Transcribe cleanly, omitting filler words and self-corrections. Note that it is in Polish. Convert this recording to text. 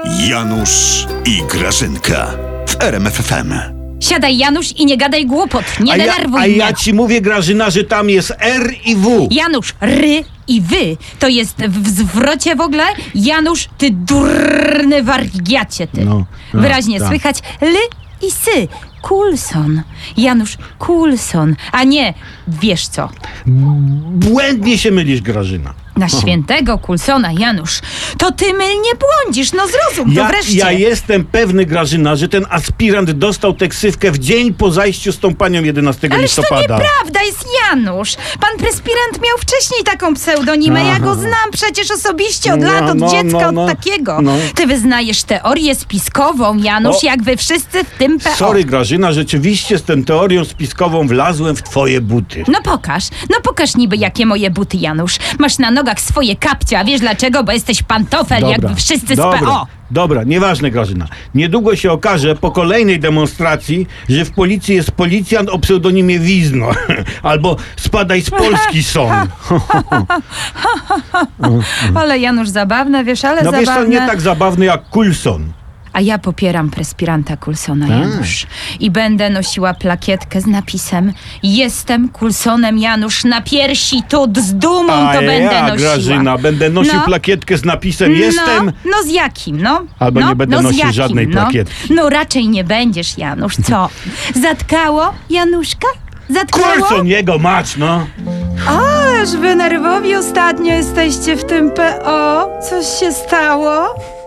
Janusz i Grażynka w RMF FM. Siadaj, Janusz, i nie gadaj głupot. Nie denerwuj A mnie. ja ci mówię, Grażyna, że tam jest R i W. Janusz, ry i wy. To jest w zwrocie w ogóle. Janusz, ty durny wariacie, ty. No, Wyraźnie tak. słychać ly i sy. Coulson. Janusz, Coulson. A nie, wiesz co? Błędnie się mylisz, Grażyna. Na świętego Coulsona, Janusz. To ty mylnie błądzisz. No zrozum to wreszcie. Ja jestem pewny, Grażyna, że ten aspirant dostał tę ksywkę w dzień po zajściu z tą panią 11 Ależ to listopada. nieprawda, jest Janusz. Pan prespirant miał wcześniej taką pseudonimę. Ja go znam przecież osobiście od lat, od dziecka, od takiego. Ty wyznajesz teorię spiskową, Janusz, jak wy wszyscy w tym PO. Sorry, Grażyna, rzeczywiście z tą teorią spiskową wlazłem w twoje buty. No pokaż niby jakie moje buty, Janusz. Masz na nogach swoje kapcie, a wiesz dlaczego? Bo jesteś pantofel, jakby wszyscy z PO. Dobra, nieważne, Grażyna. Niedługo się okaże po kolejnej demonstracji, że w policji jest policjant o pseudonimie Wizno. Albo Spadaj z Polski son. Ale Janusz, zabawne, wiesz, ale No zabawne. wiesz, to nie tak zabawny jak Coulson. A ja popieram prespiranta Coulsona, Janusz. I będę nosiła plakietkę z napisem: jestem Coulsonem, Janusz, na piersi, tu z dumą to będę nosiła. Grażyna, będę nosił plakietkę z napisem jestem... No z jakim, no? Albo nie będę nosił żadnej plakietki. No raczej nie będziesz, Janusz, co? Zatkało, Januszka? Zatkało? Coulson, jego mać, no. Ależ wy nerwowi ostatnio jesteście w tym PO. Coś się stało?